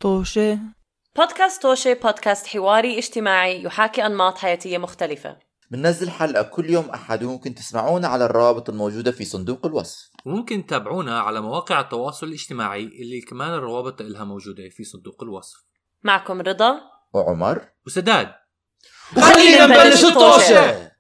توشة. بودكاست توشة بودكاست حواري اجتماعي يحاكي أنماط حياتية مختلفة. بننزل حلقة كل يوم أحد، وممكن تسمعونا على الروابط الموجودة في صندوق الوصف، وممكن تتابعونا على مواقع التواصل الاجتماعي اللي كمان الروابط إلها موجودة في صندوق الوصف. معكم رضا وعمر وسداد. خلينا نبلش الطوشة.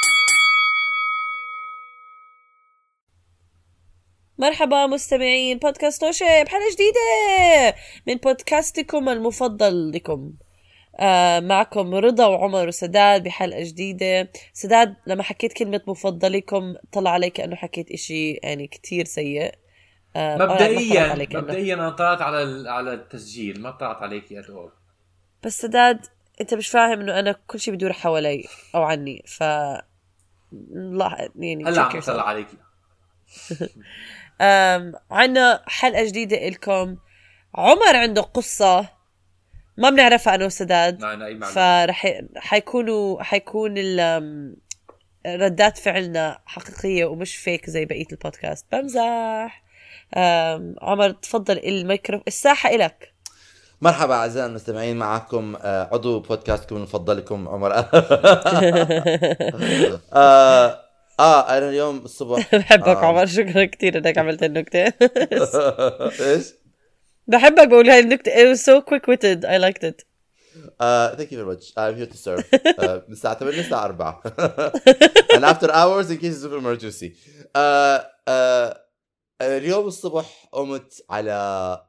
مرحبا مستمعين بودكاست توشة بحلقة جديدة من بودكاستكم المفضل لكم. معكم رضا وعمر وسداد بحلقة جديدة. سداد، لما حكيت كلمة مفضلكم طلع عليك أنه حكيت إشي يعني كتير سيء. مبدئيا أنا طلعت على التسجيل، ما طلعت عليك يا دول. بس سداد، أنت مش فاهم إنه أنا كل شيء بدور حوالي أو عني، لا يعني هلا عم طلع عليك. عنا حلقة جديدة لكم. عمر عنده قصة ما بنعرفها أنا وسداد، فرح حيكون ردات فعلنا حقيقية ومش فيك زي بقية البودكاست. بمزح. عمر تفضل، الميكروفون الساحة إلك. مرحبا أعزائي المستمعين، معكم عضو بودكاستكم المفضلكم عمر. أنا اليوم الصبح بحبك عمر، شكرا كتير إنك عملت النكتة. إيش؟ بحبك بقول هاي النكتة. It was so quick-witted. I liked it. Thank you very much. I'm here to serve. من الساعة 8 للساعة 4. And after hours in case of emergency. اليوم الصبح قمت على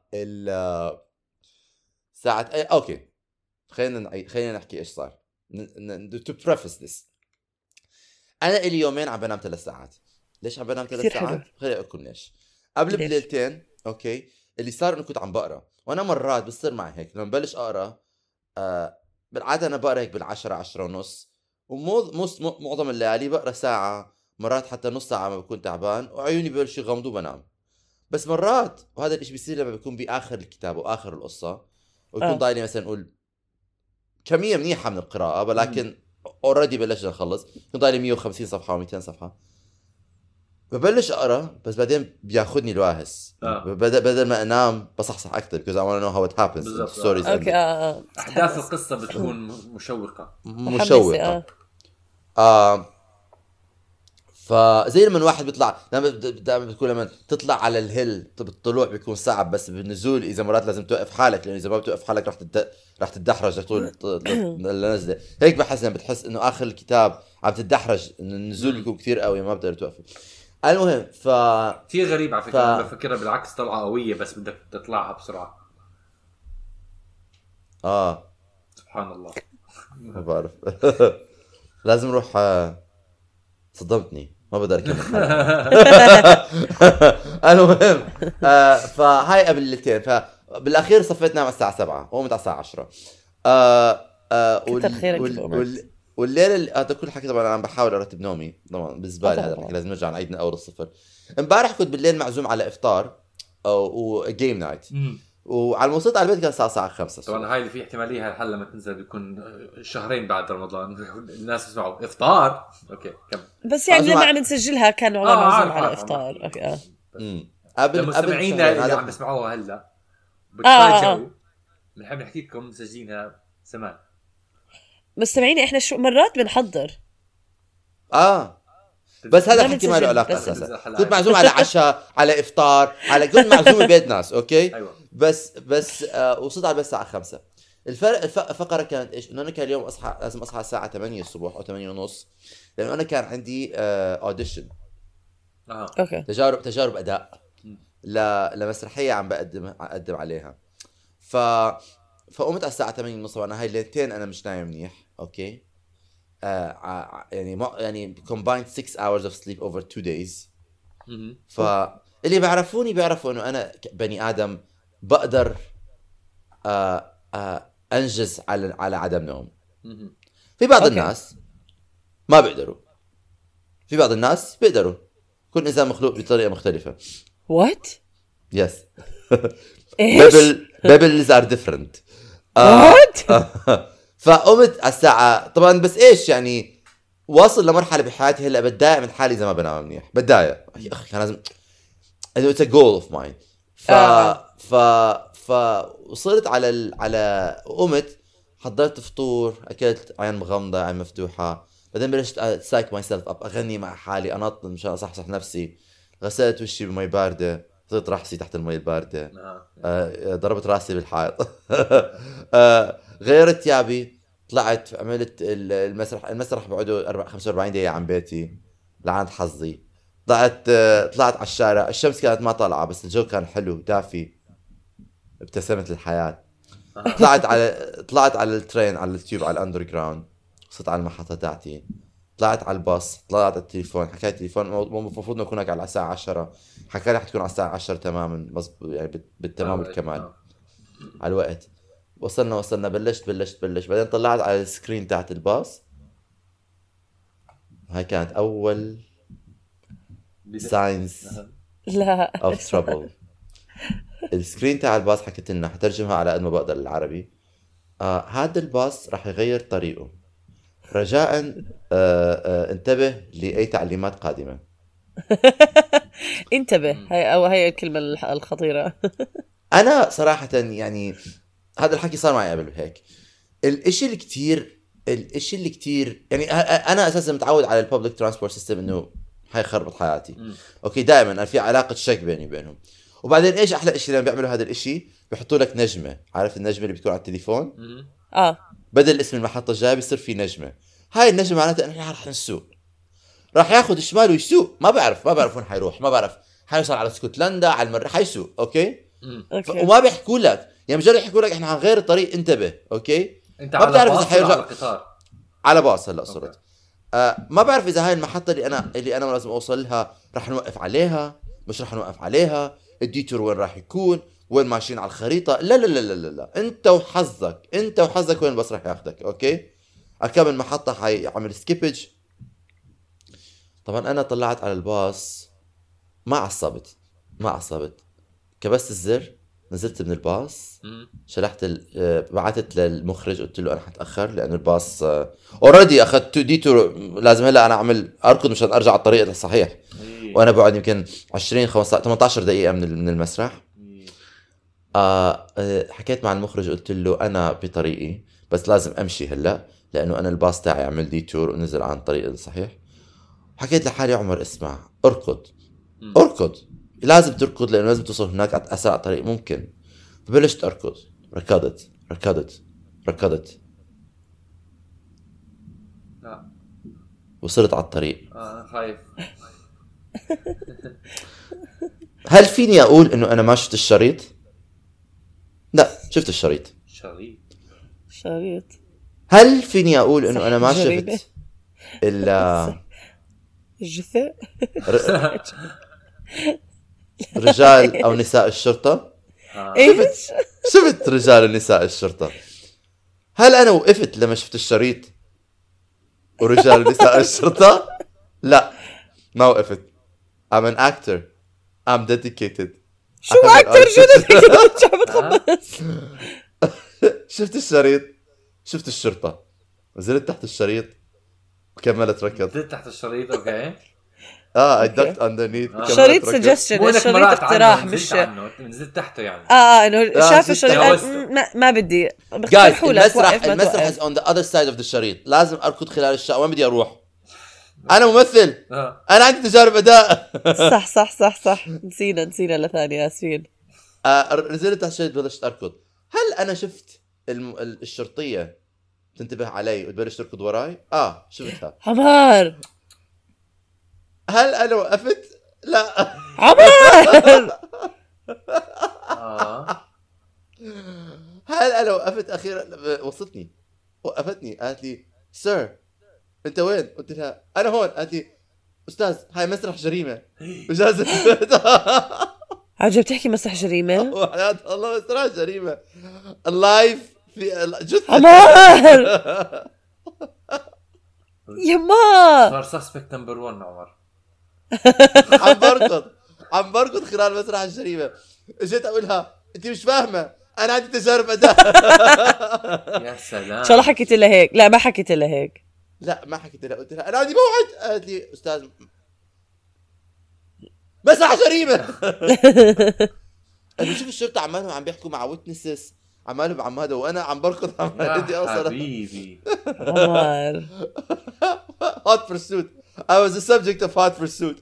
الساعة أوكي. خلينا نحكي إيش صار. To preface this. أنا إلي يومين عم بنام 3 ساعات. ليش عم بنام 3 ساعات؟ خليني أقول ليش. قبل بليلتين أوكي اللي صار إنه كنت عم بقرأ، وأنا مرات بصير معي هيك لما بلش أقرأ بالعادة أنا بقرأ هيك 10 ونص، ومعظم الليالي بقرأ ساعة، مرات حتى نص ساعة ما بكون تعبان وعيوني بلش يغمضوا وبنام. بس مرات، وهذا الإشي بيصير لما بيكون بآخر الكتاب وآخر القصة ويكون ضايلي مثلا نقول كمية منيحة من القراءة، ولكن already بلشنا نخلص، يكون ضايلي 150 صفحة و200 صفحة، ببلش أقرأ بس بعدين بياخدني الواهس. بدل ما أنام بصحصح أكتر because I want to know how it happens. stories. أحداث القصة بتكون مشوقة. فزي لما الواحد بيطلع دائما بتكون لما تطلع على الهيل بالطلوع بيكون صعب، بس بالنزول إذا مرات لازم توقف حالك، لأن إذا ما بتوقف حالك راح تتدحرج طول النزلة. هيك بحس لما بتحس إنه آخر الكتاب عم تتدحرج، إنه النزول بيكون كتير قوي ما بتقدر توقف. المهم كتير غريب على فكرة. أنا بفكرها بالعكس، طلعة قوية بس بدك تطلعها بسرعة. سبحان الله. ما بعرف. لازم نروح. صدمتني، ما بقدر أكمل. المهم فهاي قبل الليلتين، فبالأخير صفيت نام على الساعة 7 وقمت على الساعة 10. والليلة هذا كل حكي طبعا أنا بحاول أرتب نومي طبعا بالزبالة. هذا الحكي لازم نرجع نعيد من أول الصفر. امبارح كنت بالليل معزوم على إفطار وجيم نايت، وعلى وصلت على البيت كان الساعة 5. طبعا هاي اللي في احتمالية هالحلقة لما تنزل بيكون شهرين بعد رمضان، الناس يسمعوا إفطار. أوكي بس يعني لما عم نسجلها كان عمر معزوم على إفطار. أوكي. قبل مستمعينا اللي عم بيسمعوها هلا بتفاجئوا بنحب نحكي لكم مسجلينها زمان. مستمعينا إحنا شو مرات بنحضر بس هذا الحكي ما له علاقة أساسا. كنت معزوم على عشاء، على إفطار، كنت معزوم ببيت ناس. أوكي. أيوة. بس وصلت على البيت الساعة 5. الفقرة كانت إيش؟ إنه أنا كان اليوم لازم أصحى الساعة 8 الصبح أو 8 ونص، لأنه أنا كان عندي أوديشن. أوكي. تجارب أداء لمسرحية عم أقدم عليها. فقمت على الساعة 8 ونص، وأنا هاي الليلتين أنا مش نايم منيح. أوكي. يعني combined 6 hours of sleep over 2 days. فاللي بيعرفوني بيعرفوا إنه أنا بني آدم بقدر أنجز على عدم نوم. في بعض الناس ما بيقدروا، في بعض الناس بيقدروا. كل إنسان مخلوق بطريقة مختلفة. What? Yes. إيش؟ Bubbles are different. What? فقمت على الساعة طبعا، بس إيش يعني واصل لمرحلة بحياتي هلأ بتضايق من حالي إذا ما بنام منيح. بتضايق. أخي كان لازم. It's a goal of mine. وصلت على قمت، حضرت فطور، اكلت عين مغمضه عين مفتوحه، بعدين بلشت سايك ماي سيلف اب، اغني مع حالي، انط مشان اصحصح نفسي، غسلت وشي بمي بارده، حطيت راسي تحت المي البارده، ضربت راسي بالحائط. غيرت ثيابي، طلعت، عملت المسرح بعده 45 دقيقه عن بيتي لعند حظي. طلعت على الشارع، الشمس كانت ما طالعه بس الجو كان حلو دافي، ابتسمت للحياه. طلعت على الترين، على التيوب، على الاندر جراوند، وصلت على المحطه تاعتي، طلعت على الباص، طلعت على التليفون، حكيت التليفون المفروض انه يكون على الساعه 10، حكى لي حتكون على الساعه 10 تماما، مظبوط يعني بالتمام الكمال على الوقت. وصلنا بلشت بعدين طلعت على السكرين تاعت الباص، هاي كانت اول signs لا of trouble. السكرين تاع الباص حكيت لنا، حترجمها على قد ما بقدر للعربي. هذا الباص راح يغير طريقه، رجاء انتبه لأي تعليمات قادمة. انتبه، هي الكلمة الخطيرة. أنا صراحة يعني هذا الحكي صار معي قبل هيك. الاشي اللي كتير يعني أنا أساسا متعود على الببليك ترانسبورت سيستم إنه حيخربط حياتي. أوكي، دائما أنا في علاقة شك بيني وبينهم. وبعدين إيش أحلى إشي لما بيعملوا هذا الإشي؟ بيحطوا لك نجمة، عارف النجمة اللي بتكون على التليفون؟ بدل اسم المحطة الجاية بيصير في نجمة. هاي النجمة معناتها إنه رح نسوق، راح ياخد شمال ويسوق، ما بعرف وين حيروح، ما بعرف حيوصل على اسكتلندا، على المر حيسوق. أوكي. وما بيحكوا لك، يعني مجرد يحكوا لك إحنا هنغير الطريق، انتبه. أوكي، أنت ما بتعرف إذا حيرجع على قطار، على باص. هلا صرت ما بعرف إذا هاي المحطة اللي أنا لازم أوصل لها رح نوقف عليها، مش رح نوقف عليها، الديتور وين راح يكون، وين ماشيين على الخريطة. لا لا لا لا لا، انت وحظك وين بس راح ياخدك. اوكي، اكمل المحطة حيعمل سكيبج. طبعا انا طلعت على الباص، ما عصبت، كبست الزر، نزلت من الباص، شلحت بعثت للمخرج، قلت له انا حتأخر لانه الباص اوريدي اخذت ديتور، لازم هلا انا اركض مشان ارجع على الطريق الصحيح، وانا بقعد يمكن 20 15 18 دقيقة من المسرح. حكيت مع المخرج، قلت له أنا بطريقي بس لازم أمشي هلأ لأنه أنا الباص تاعي عمل ديتور ونزل عن الطريق الصحيح. حكيت لحالي عمر اسمع، أركض، لازم تركض لأنه لازم توصل هناك على أسرع طريق ممكن. فبلشت أركض، ركضت وصلت على الطريق. خايف. هل فيني أقول إنه أنا ما شفت الشريط؟ لا، شفت الشريط. هل فيني أقول إنه أنا ما شفت الجثة رجال أو نساء الشرطة؟ شفت رجال ونساء الشرطة. هل أنا وقفت لما شفت الشريط ورجال ونساء الشرطة؟ لا، ما وقفت. I'm an actor. I'm dedicated. شو أكتر شفت الشريط، شفت الشرطة، نزلت تحت الشريط وكملت ركض. نزلت تحت الشريط. اوكي. I ducked underneath. شريط suggestion، الشريط اقتراح، مش نزلت تحته يعني. انه شاف الشريط ما بدي بقترحوا لك. المسرح is on the other side of the شريط، لازم اركض خلال الشارع. وين بدي اروح؟ انا ممثل، انا عندي تجارب اداء. صح نسينا لثانية، اسفين. نزلت على الشريط، بلشت اركض. هل انا شفت الشرطية تنتبه علي وتبلش تركض وراي؟ شفتها. عمار، هل انا وقفت؟ لا. عمار. هل انا وقفت اخيرا؟ وقفتني قالت لي سير انت وين؟ قلت لها انا هون. قالت لي استاذ هاي مسرح جريمه وجاز. عجب تحكي مسرح جريمه؟ وحياة الله مسرح جريمه اللايف في جثه. عمار يما صار سسبكت نمبر 1 عمر. عم بركض خلال مسرح الجريمه. اجيت اقولها انت مش فاهمه، انا عندي تجارب اداء. يا سلام. ان شاء الله حكيت لها هيك؟ لا، ما حكيت لها هيك. لا ما حكيت لها، قلت لها انا عندي موعد. قالت لي استاذ مسرح جريمه. انا بشوف الشرطه عمالهم عم بيحكوا مع ويتنسز، عمالهم عم هذا وانا عم بركض عم بدي اوصل. حبيبي عمر hot pursuit. I was the subject of hot pursuit.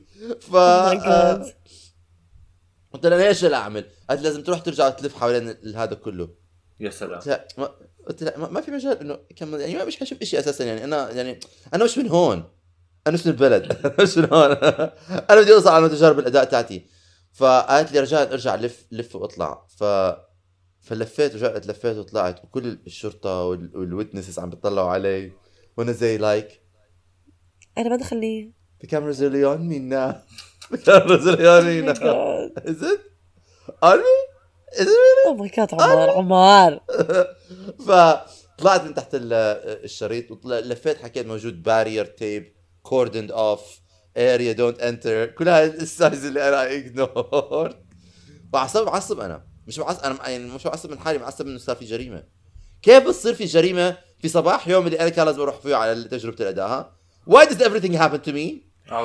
قلت لها ليش لا اعمل؟ قالت لازم تروح ترجع تلف حوالين هذا كله. يا سلام. قلت لا ما في مجال انه كمل، يعني ما مش حشوف شيء اساسا، يعني انا مش من هون، انا مش من البلد مش من هون انا بدي اوصل على تجارب الاداء تاعتي. فقالت لي رجاء ارجع لف واطلع. فلفيت ورجعت لفيت وطلعت، وكل الشرطه والويتنسز عم بيطلعوا علي وانا زي لايك انا ما دخلني. The cameras are on me now. The cameras are on me now. Is it? On me? Is it really? Oh my god عمار فطلعت من تحت الشريط ولفيت، حكيت موجود بارير تيب cordoned off area don't enter، كل هاي السايز اللي انا ignore. معصب انا مش معصب، انا يعني مش معصب من حالي، معصب انه صار في جريمه. كيف بتصير في جريمه في صباح يوم اللي انا كان لازم اروح فيه على تجربه الاداء؟ Why does everything happen to me؟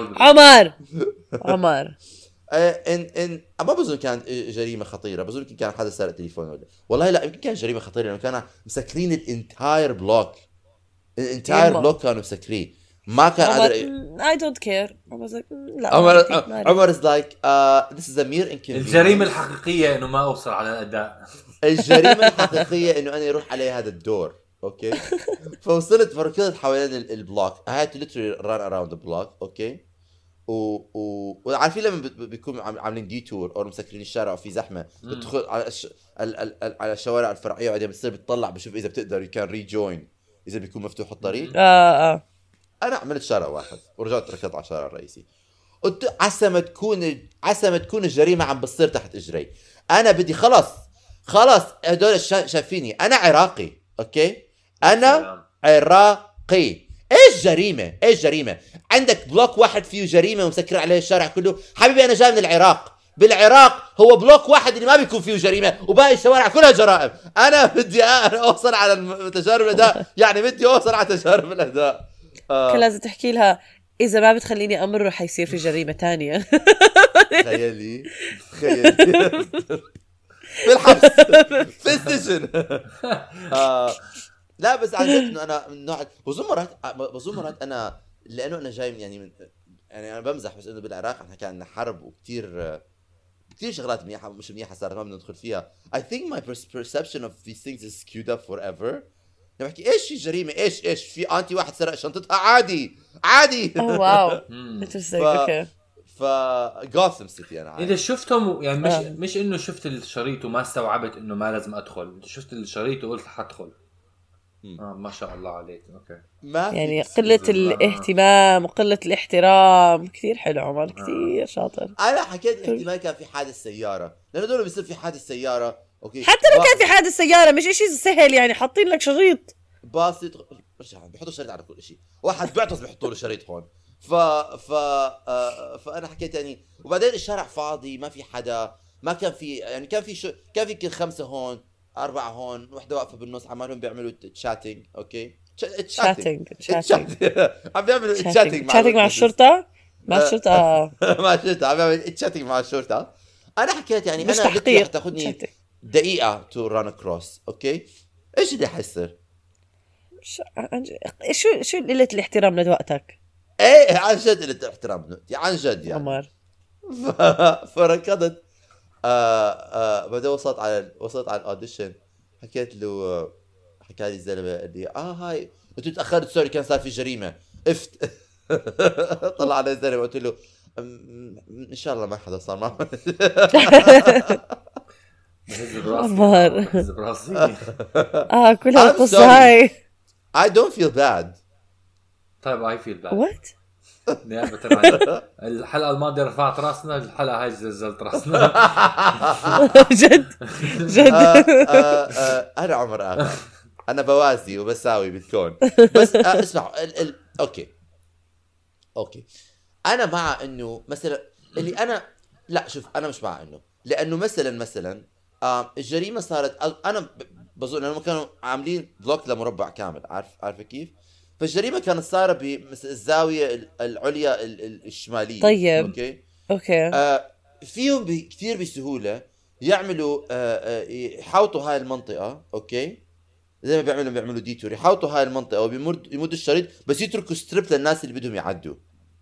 عمر ما بظن كانت جريمه خطيره، بظن كان حدا سرق تليفون ولا والله لا، يمكن كان جريمه خطيره لانه كانوا مسكرين الانتاير بلوك كانوا مسكرين، ما كان قادر. I don't care. I was like لا. عمر is like this is a mere inconvenience. الجريمه الحقيقيه انه ما اوصل على الاداء. الجريمه الحقيقيه انه انا يروح علي هذا الدور. اوكي فوصلت فركضت حوالين البلوك. I had to literally run around the block. اوكي وعارفين لما بيكون عاملين ديتور او مسكرين الشارع وفي زحمه، بتدخل على الشوارع الفرعيه وبعدين بتصير بتطلع بشوف اذا بتقدر يكون ريجوين اذا بيكون مفتوح الطريق. انا عملت شارع واحد ورجعت ركضت على الشارع الرئيسي. قلت عسى ما تكون الجريمه عم بتصير تحت اجري. انا بدي خلص هدول شايفيني انا عراقي. اوكي انا عراقي. ايش جريمه عندك بلوك واحد فيه جريمه ومسكر عليه الشارع كله؟ حبيبي انا جاي من العراق، بالعراق هو بلوك واحد اللي ما بيكون فيه جريمه وباقي الشوارع كلها جرائم. انا بدي اوصل على تجارب الاداء، يعني بدي اوصل على تجارب الاداء. كان لازم تحكي لها اذا ما بتخليني امر حيصير في جريمه تانية. تخيلي في الحبس في السجن. لا بس عن جد انه انا من نوع بظن مرات انا لانه انا جاي يعني انا بمزح، بس انه بالعراق احنا كان عندنا حرب وكثير شغلات منيحه مش منيحه صارت ما بدنا ندخل فيها. I think my perception of these things is skewed up forever. انا بحكي ايش في جريمه، ايش في انتي واحد سرق شنطتها عادي. واو اوكي. جوثم سيتي انا اذا شفتهم يعني مش انه شفت الشريط وما استوعبت انه ما لازم ادخل، انت شفت الشريط وقلت حدخل. ما شاء الله عليك. اوكي ما يعني قله الاهتمام وقله الاحترام. كثير حلو عمر، كثير شاطر. انا حكيت احتمال كان في حادث سياره، لانه دول بيصير في حادث سياره. اوكي حتى لو كان في حادث سياره مش اشي سهل، يعني حاطين لك شريط باسط بيحطوا شريط على كل شيء. واحد بيعطس بيحطوا له شريط هون. فانا حكيت يعني، وبعدين الشارع فاضي ما في حدا، ما كان في يعني كان في كل 5 هون 4 هون، وحده واقفه بالنص عمالهم بيعملوا تشاتينج. اوكي تشاتينج عم بيعملوا تشاتينج مع الشرطه مع الشرطه عم بيعمل تشاتينج مع الشرطه. انا حكيت يعني مش انا تحقيق، تاخذني دقيقه تو ران اكروس. اوكي ايش اللي حيصير؟ شو قله الاحترام لوقتك؟ ايه عن جد قله الاحترام عن جد يعني عمر. فركضت. بعدين وصلت على الاوديشن. حكيت له حكى لي الزلمه قال لي هاي قلت له تاخرت سوري كان صار في جريمه طلع على الزلمه قلت له ان شاء الله ما حدا صار معه. عمر كل هالقصه هاي I don't feel bad. طيب I feel bad. What؟ نيابة عن الحلقة الماضية رفعت راسنا، الحلقة هاي زلزلت راسنا. جد أنا عمر أنا بوازي وبساوي بالكون. بس اسمع أوكي أنا مع إنه مثلا اللي أنا لا شوف أنا مش مع إنه، لأنه مثلا الجريمة صارت أنا بظن إنهم كانوا عاملين بلوك لمربع كامل، عارف كيف؟ فالجريمة كانت صارة بالزاوية العليا الشمالية. طيب اوكي فيهم كثير بسهولة يعملوا يحاوطوا هاي المنطقة، اوكي، زي ما بيعملوا ديتور، يحاوطوا هاي المنطقة ويمدوا الشريط بس يتركوا ستريب للناس اللي بدهم يعدوا.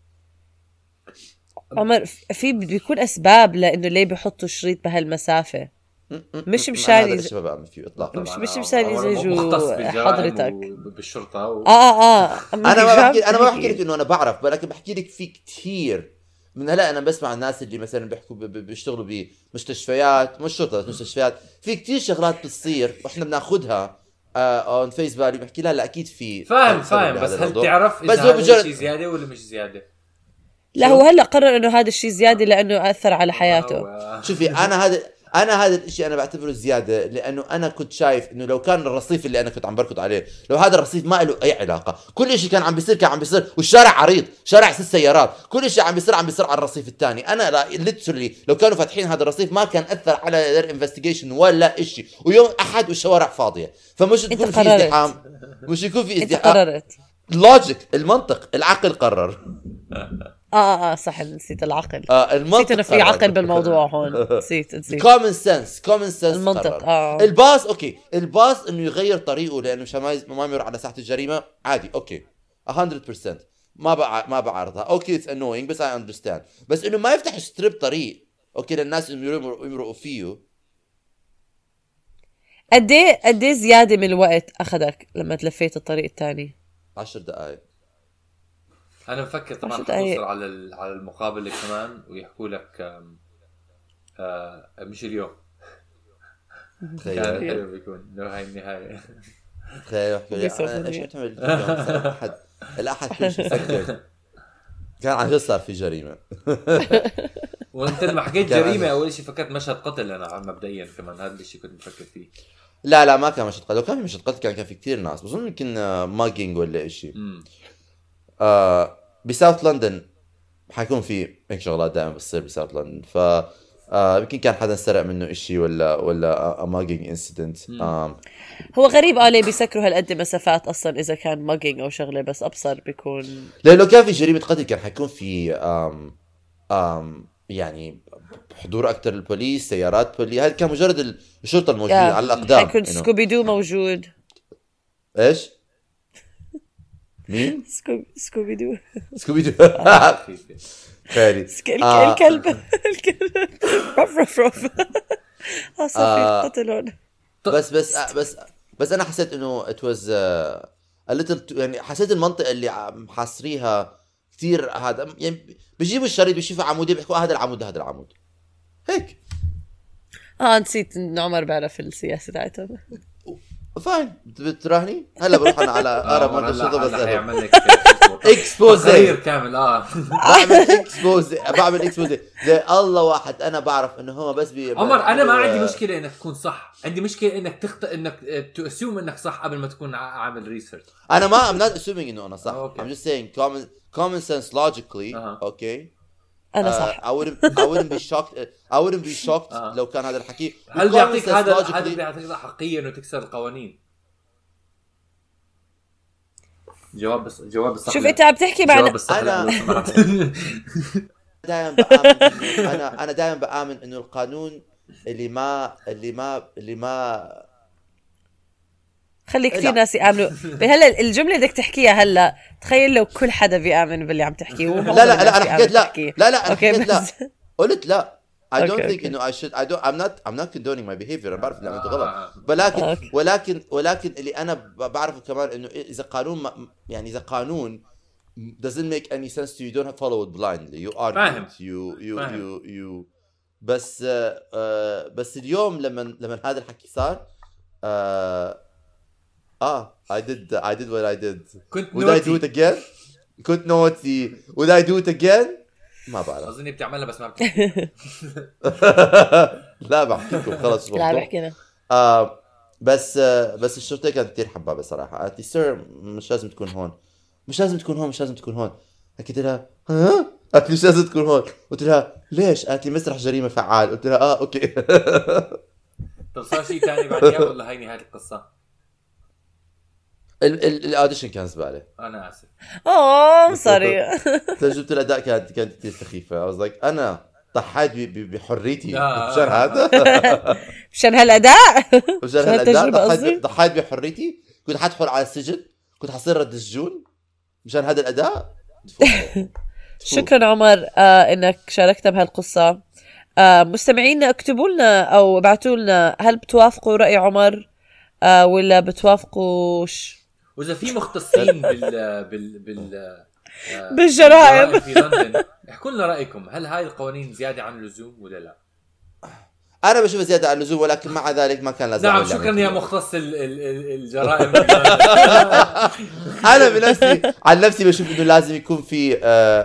عمر في بيكون اسباب لانه ليه بيحطوا شريط بهالمسافة، مش مشان هذا الشباب بعمل فيه اطلاقا، مش مشان يزعجوا حضرتك بالشرطة انا ما بحكي لك انه انا بعرف، ولكن بحكي لك في كتير من هلا انا بسمع الناس اللي مثلا بيحكوا بيشتغلوا بمستشفيات، مش شرطه، مستشفيات، في كتير شغلات بتصير واحنا بناخذها اون فيس فاليو، بحكي لا اكيد في فاهم بس هل تعرف بس اذا هذا شيء زياده ولا مش زياده؟ لا هو هلا قرر انه هذا الشيء زياده لانه اثر على حياته. شوفي انا هذا الشيء انا بعتبره زياده، لانه انا كنت شايف انه لو كان الرصيف اللي انا كنت عم بركض عليه، لو هذا الرصيف ما له اي علاقه، كل شيء كان عم بيصير والشارع عريض، شارع 6 سيارات، كل شيء عم بيصير على الرصيف الثاني، انا ليترلي لو كانوا فاتحين هذا الرصيف ما كان اثر على الانفستيجيشن ولا شيء، ويوم احد والشوارع فاضيه، فمش تكون في ازدحام، مش يكون في ازدحام. انت قررت لوجيك، المنطق، العقل قرر. صح، نسيت العقل. المنطق نسيت انه في عقل بالموضوع هون. نسيت كومن سنس المنطق. الباص اوكي، الباص انه يغير طريقه لانه مشان ما يمر على ساحه الجريمه، عادي، اوكي 100% ما بعارضها، اوكي اتس انوينج بس اي اندرستاند، بس انه ما يفتح ستريب طريق اوكي للناس انه يمرقوا فيه. قد ايه زياده من الوقت اخذك لما تلفيت الطريق الثاني؟ 10 دقائق. انا بفكر طبعا حتوصل على المقابله كمان ويحكوا لك مش اليوم. تخيل حلو بيكون لو هاي النهايه. تخيل ايش بتعمل الاحد كل شيء سكر، كان عن جد صار في جريمه. وانت لما حكيت جريمه اول شيء فكرت مشهد قتل، انا مبدئيا كمان هذا الشيء كنت بفكر فيه. لا ما كان مشهد قتل، لو كان في مشهد قتل كان في كتير ناس، بظن يمكن ماجينج ولا شيء. بساوث لندن حيكون في هيك شغلات دائما بتصير بساوث لندن، ف يمكن كان حدا سرق منه إشي ولا ماجينج انسيدنت. هو غريب ليه بيسكروا هالقد مسافات اصلا اذا كان ماجينج او شغله، بس ابصر بيكون لو كان في جريمه قتل كان حيكون في يعني حضور اكثر البوليس، سيارات بوليس، هذا كان مجرد الشرطه الموجوده على الاقدام. حيكون سكوبي دو موجود. ايش مين سكوبي دو خيري الكلب رف صافي قتلون. بس انا حسيت انه it was a little يعني حسيت المنطقه اللي محاصريها كثير، هذا يعني بيجيبوا الشريط بيشوفوا عمودي بيحكوا هذا العمود هيك. نسيت ان عمر بيعرف السياسه تاعتهم. فاين بتراهني هلا بروح انا على اقرب مركز شرطه بس هيعمل لك اكسبوزي كامل. بعمل اكسبوزي زي الله واحد. انا بعرف انه هم بس عمر انا ما عندي مشكله انك تكون صح، عندي مشكله انك تخطئ، انك تأسيوم انك صح قبل ما تكون عامل ريسيرش. انا ما I'm not assuming انه انا صح. I'm just saying common sense logically. okay انا صح. I wouldn't be shocked لو كان هذا الحكي. هل بيعطيك هذا بيعطيك حقيقة انه تكسر القوانين؟ جواب الصح. شوف انت عم تحكي معنا. انا دائما بآمن انه القانون اللي ما خلي كثير ناس يآمنوا. هلا الجمله بدك تحكيها هلا، تخيل لو كل حدا بيآمن باللي عم تحكيه. لا انا حكيت لا قلت لا. I don't think انه I should I'm not condoning my behavior. انا بعرف انه عملت غلط، ولكن اللي انا بعرفه كمان انه اذا قانون doesn't make any sense to you, don't follow it blindly. You argue you بس اليوم لما هذا الحكي صار I did what I did. Would I do it again? كنت naughty. Would I do it again? ما بعرف. أظني بتعملها بس ما بتحكي. لا بحكيكم خلص. لا بحكينا. بس الشرطة كانت كتير حبابة صراحة. قالت لي سير مش لازم تكون هون. حكيت لها قالت لي مش لازم تكون هون. قلت لها ليش؟ قالت لي مسرح جريمة فعال. قلت لها اوكي. طب صار شيء ثاني بعديها ولا هاي نهاية القصة؟ الاوديشن كان زبالة. انا اسف. تجربة الاداء كانت كتير سخيفة. I was like انا ضحيت بحريتي آه. مشان هذا مشان هالاداء مشان التجربة هالاداء قصدي. ضحيت بحريتي. كنت حدخل على السجن، كنت حصير رد السجون مشان هذا الاداء. شكرا عمر انك شاركنا بهالقصة. مستمعينا اكتبوا لنا او ابعتوا لنا هل بتوافقوا رأي عمر ولا بتوافقوش واذا في مختصين بالجرائم في لندن احكوا لنا رايكم، هل هاي القوانين زياده عن اللزوم ولا لا؟ انا بشوف زياده عن اللزوم، ولكن مع ذلك ما كان لازم. نعم شكرا يا مختص الجرائم. انا بنفسي عن نفسي بشوف انه لازم يكون في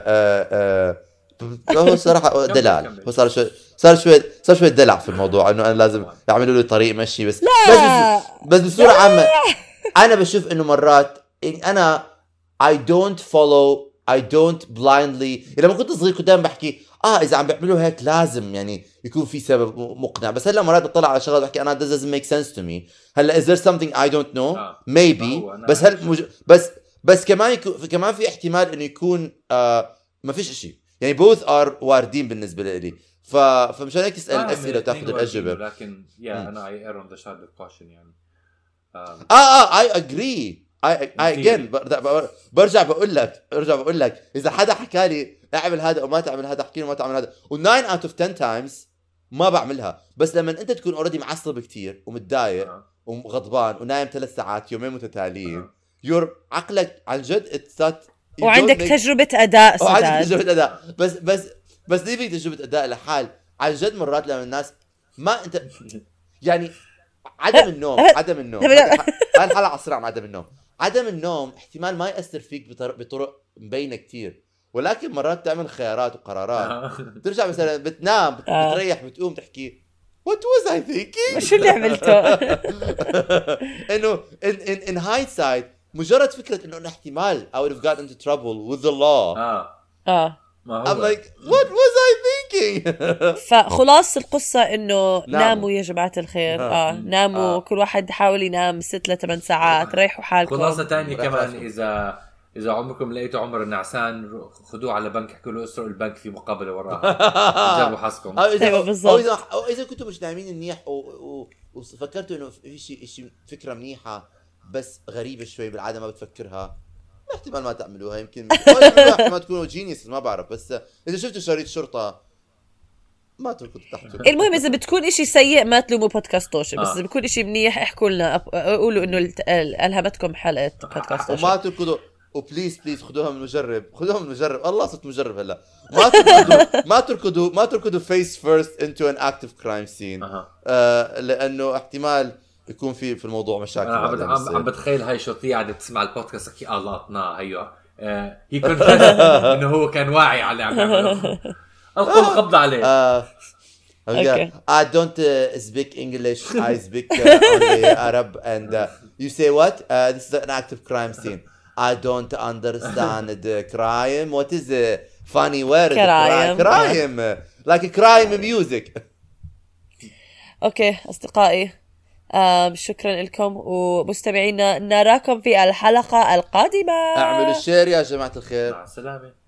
هو صراحه دلال. هو صار شوي دلع في الموضوع، انه انا لازم يعملوا لي طريق مشي بس. بس بصوره عامه انا بشوف انه مرات انا I don't blindly. لما كنت صغير كنت دائما بحكي اذا عم بيعملوا هيك لازم يعني يكون في سبب مقنع. بس هلا مرات بطلع على شغله بحكي انا doesn't make sense to me. هلا is there something I don't know maybe بس بس كمان في احتمال انه يكون ما فيش شيء يعني both are واردين بالنسبه لي. فمشان هيك تسال الاسئله وتاخذ الاجوبه. لكن انا I err on the side of caution يعني. I agree. again برجع بقول لك اذا حدا حكى لي اعمل هذا او ما تعمل هذا، احكي له ما تعمل هذا، و9 out of 10 times ما بعملها. بس لما انت تكون اوريدي معصب كتير ومتضايق وغضبان ونايم 3 ساعات يومين متتاليين عقلك عن جد وعندك تجربة أداء بس ليه في تجربة أداء لحال عن جد. مرات لما الناس ما انت يعني عدم النوم هاي الحلقة عصيرة عن عدم النوم احتمال ما يأثر فيك بطرق مبينة كتير، ولكن مرات تعمل خيارات وقرارات. ترجع مثلا بتنام بتريح بتقوم تحكي what was I thinking. شو اللي عملته. انه in hindsight مجرد فكرة انه احتمال I would have gotten into trouble with the law. I'm like what was I thinking. فخلاص القصة انه ناموا يا جماعة الخير. ناموا كل واحد حاول ينام 6 ل 8 ساعات. ريحوا حالكم. خلاصة تانية كمان إذا عمركم لقيتوا عمر النعسان خدوه على بنك، احكوا له اسرقوا البنك في مقابلة وراها. جابوا حظكم. أو إذا كنتوا مش نايمين منيح وفكرتوا إنه في شيء فكرة منيحة بس غريبة شوي بالعادة ما بتفكرها، احتمال ما تعملوها. يمكن ما تكونوا جينيس ما بعرف. بس إذا شفتوا شريط شرطة ما تركضوا تحته. المهم إذا بتكون إشي سيء ما تلوموا بودكاست توشة. بس إذا بيكون إشي منيح احكوا لنا، قولوا إنه ألهمتكم حلقة بودكاست توشة. وما تركضوا وبليز خدوها من مجرب. الله صرت مجرب هلا. ما تركضوا face first into an active crime scene. لأنه احتمال يكون في الموضوع مشاكل. أنا عم بتخيل هاي شرطية قاعدة تسمع البودكاست أكيد لاطنا هيو هي كنت إنه هو كان واعي على عمله. ألقوا القبض عليه. I don't speak English. I speak only Arab. And you say what? This is an active crime scene. I don't understand the crime. What is the funny word? Crime. Like a crime music. أوكي أصدقائي، شكرا لكم ومستمعينا، نراكم في الحلقة القادمة. اعملوا الشير يا جماعة الخير. مع السلامة.